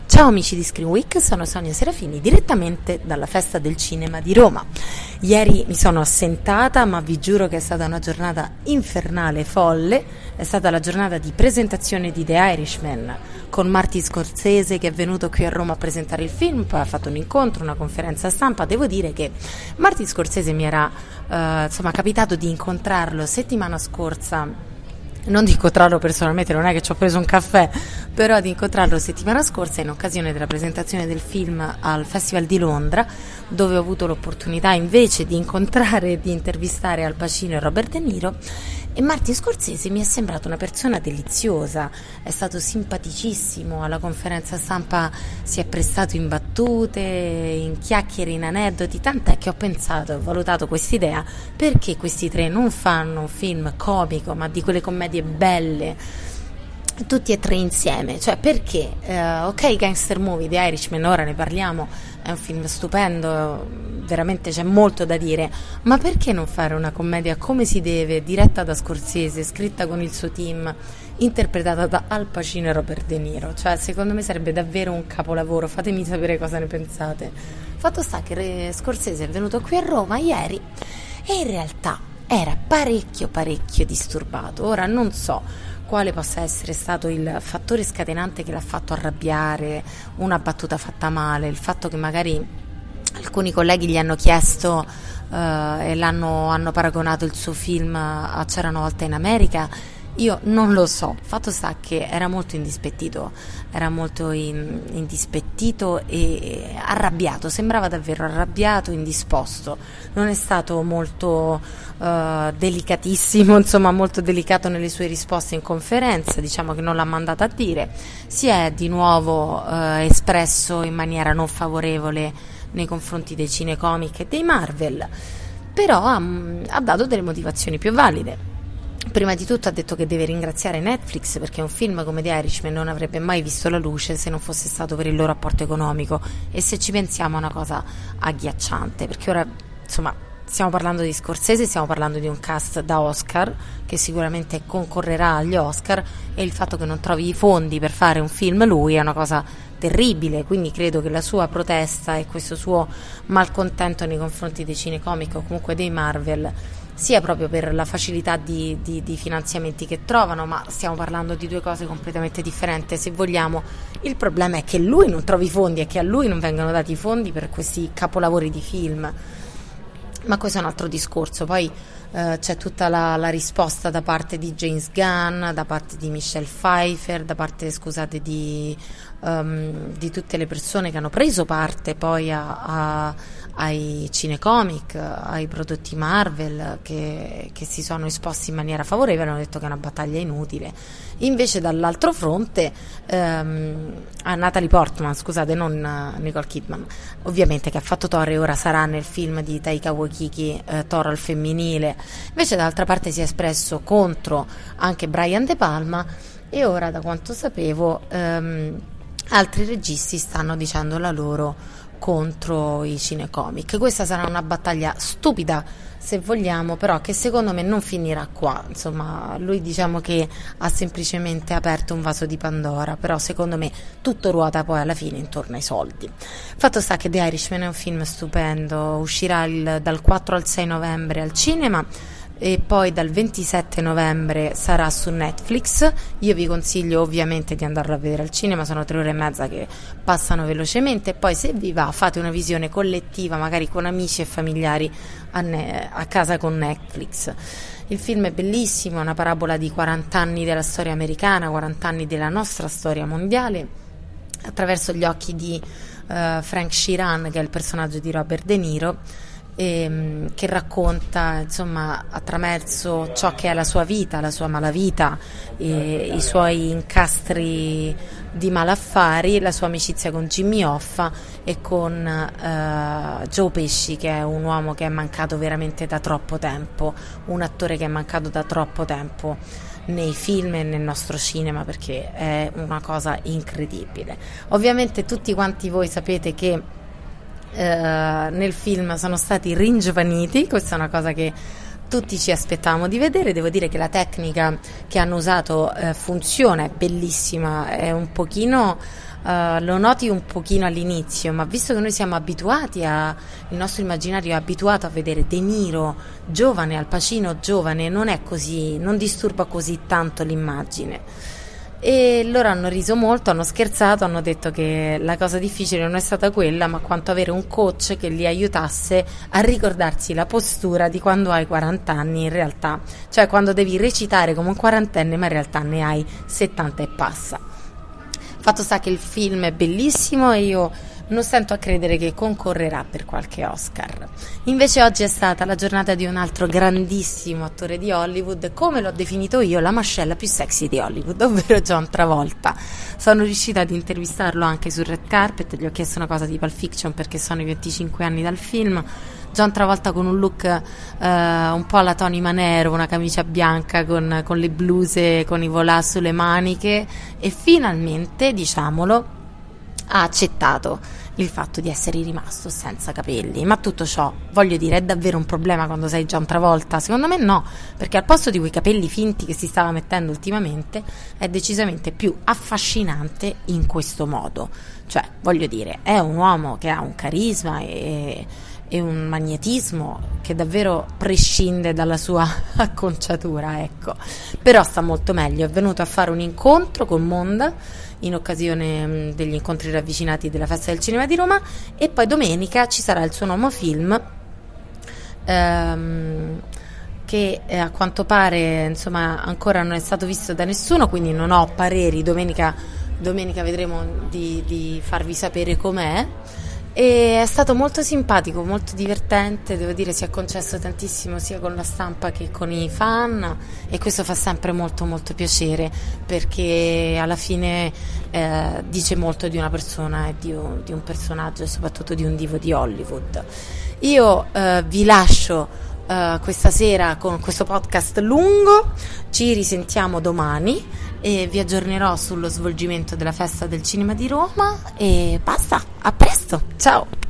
Ciao amici di Screen Week, sono Sonia Serafini direttamente dalla Festa del Cinema di Roma. Ieri mi sono assentata, ma vi giuro che è stata una giornata infernale, folle. È stata la giornata di presentazione di The Irishman con Martin Scorsese, che è venuto qui a Roma a presentare il film, poi ha fatto un incontro, una conferenza stampa. Devo dire che Martin Scorsese mi era capitato di incontrarlo settimana scorsa. Non di incontrarlo personalmente, non è che ci ho preso un caffè, però di incontrarlo settimana scorsa in occasione della presentazione del film al Festival di Londra, dove ho avuto l'opportunità invece di incontrare e di intervistare Al Pacino e Robert De Niro. E Martin Scorsese mi è sembrato una persona deliziosa, è stato simpaticissimo, alla conferenza stampa si è prestato in battute, in chiacchiere, in aneddoti, tant'è che ho pensato, ho valutato quest'idea, perché questi tre non fanno un film comico, ma di quelle commedie belle, tutti e tre insieme, cioè perché, ok, Gangster Movie, The Irishman, ora ne parliamo, è un film stupendo, veramente c'è molto da dire, ma perché non fare una commedia come si deve, diretta da Scorsese, scritta con il suo team, interpretata da Al Pacino e Robert De Niro? Cioè secondo me sarebbe davvero un capolavoro, fatemi sapere cosa ne pensate. Fatto sta che Scorsese è venuto qui a Roma ieri e in realtà era parecchio disturbato. Ora non so quale possa essere stato il fattore scatenante che l'ha fatto arrabbiare, una battuta fatta male, il fatto che magari alcuni colleghi gli hanno chiesto e hanno paragonato il suo film a C'era una volta in America. Io non lo so, fatto sta che era molto indispettito e arrabbiato, sembrava davvero arrabbiato, indisposto, non è stato molto delicatissimo, insomma molto delicato nelle sue risposte in conferenza, diciamo che non l'ha mandata a dire, si è di nuovo espresso in maniera non favorevole nei confronti dei cinecomic e dei Marvel, però ha dato delle motivazioni più valide. Prima di tutto ha detto che deve ringraziare Netflix perché un film come The Irishman non avrebbe mai visto la luce se non fosse stato per il loro apporto economico, e se ci pensiamo è una cosa agghiacciante, perché ora insomma stiamo parlando di Scorsese, stiamo parlando di un cast da Oscar che sicuramente concorrerà agli Oscar, e il fatto che non trovi i fondi per fare un film lui è una cosa terribile, quindi credo che la sua protesta e questo suo malcontento nei confronti dei cinecomic o comunque dei Marvel sia proprio per la facilità di finanziamenti che trovano, ma stiamo parlando di due cose completamente differenti. Se vogliamo, il problema è che lui non trovi fondi e che a lui non vengano dati i fondi per questi capolavori di film, ma questo è un altro discorso. Poi c'è tutta la risposta da parte di James Gunn, da parte di Michelle Pfeiffer, da parte, scusate, di tutte le persone che hanno preso parte poi ai cinecomic, ai prodotti Marvel che si sono esposti in maniera favorevole, hanno detto che è una battaglia inutile. Invece dall'altro fronte a Natalie Portman, scusate, non Nicole Kidman, ovviamente, che ha fatto Thor e ora sarà nel film di Taika Waititi, Thor al femminile, invece dall'altra parte si è espresso contro anche Brian De Palma, e ora, da quanto sapevo, altri registi stanno dicendo la loro contro i cinecomic. Questa sarà una battaglia stupida, se vogliamo, però che secondo me non finirà qua. Insomma, lui diciamo che ha semplicemente aperto un vaso di Pandora, però secondo me tutto ruota poi alla fine intorno ai soldi. Fatto sta che The Irishman è un film stupendo, uscirà dal 4 al 6 novembre al cinema e poi dal 27 novembre sarà su Netflix. Io vi consiglio ovviamente di andarlo a vedere al cinema, sono 3 ore e mezza che passano velocemente, e poi se vi va fate una visione collettiva, magari con amici e familiari a casa con Netflix. Il film è bellissimo, è una parabola di 40 anni della storia americana, 40 anni della nostra storia mondiale, attraverso gli occhi di Frank Sheeran, che è il personaggio di Robert De Niro, che racconta insomma attraverso ciò che è la sua vita, la sua malavita, i suoi incastri di malaffari, la sua amicizia con Jimmy Hoffa e con Joe Pesci, che è un uomo che è mancato veramente da troppo tempo, un attore che è mancato da troppo tempo nei film e nel nostro cinema, perché è una cosa incredibile. Ovviamente tutti quanti voi sapete che nel film sono stati ringiovaniti, questa è una cosa che tutti ci aspettavamo di vedere. Devo dire che la tecnica che hanno usato funziona, è bellissima, è un pochino lo noti un pochino all'inizio, ma visto che noi siamo abituati il nostro immaginario è abituato a vedere De Niro giovane, Al Pacino giovane, non è così, non disturba così tanto l'immagine. E loro hanno riso molto, hanno scherzato, hanno detto che la cosa difficile non è stata quella, ma quanto avere un coach che li aiutasse a ricordarsi la postura di quando hai 40 anni in realtà, cioè quando devi recitare come un quarantenne ma in realtà ne hai 70 e passa. Fatto sta che il film è bellissimo e io non stento a credere che concorrerà per qualche Oscar. Invece oggi è stata la giornata di un altro grandissimo attore di Hollywood, come l'ho definito io, la mascella più sexy di Hollywood, ovvero John Travolta. Sono riuscita ad intervistarlo anche sul red carpet, gli ho chiesto una cosa di Pulp Fiction perché sono i 25 anni dal film. John Travolta con un look un po' alla Tony Manero, una camicia bianca con le bluse, con i volà sulle maniche, e finalmente, diciamolo, ha accettato il fatto di essere rimasto senza capelli. Ma tutto ciò, voglio dire, è davvero un problema quando sei John Travolta? Secondo me no, perché al posto di quei capelli finti che si stava mettendo ultimamente è decisamente più affascinante in questo modo. Cioè, voglio dire, è un uomo che ha un carisma e un magnetismo che davvero prescinde dalla sua acconciatura, ecco. Però sta molto meglio, è venuto a fare un incontro con Monda in occasione degli incontri ravvicinati della Festa del Cinema di Roma, e poi domenica ci sarà il suo nuovo film che a quanto pare, insomma, ancora non è stato visto da nessuno, quindi non ho pareri. Domenica vedremo di farvi sapere com'è. E è stato molto simpatico, molto divertente, devo dire, si è concesso tantissimo sia con la stampa che con i fan, e questo fa sempre molto molto piacere, perché alla fine dice molto di una persona e di un personaggio, e soprattutto di un divo di Hollywood. Io vi lascio questa sera con questo podcast lungo, ci risentiamo domani e vi aggiornerò sullo svolgimento della Festa del Cinema di Roma, e basta, a presto, ciao!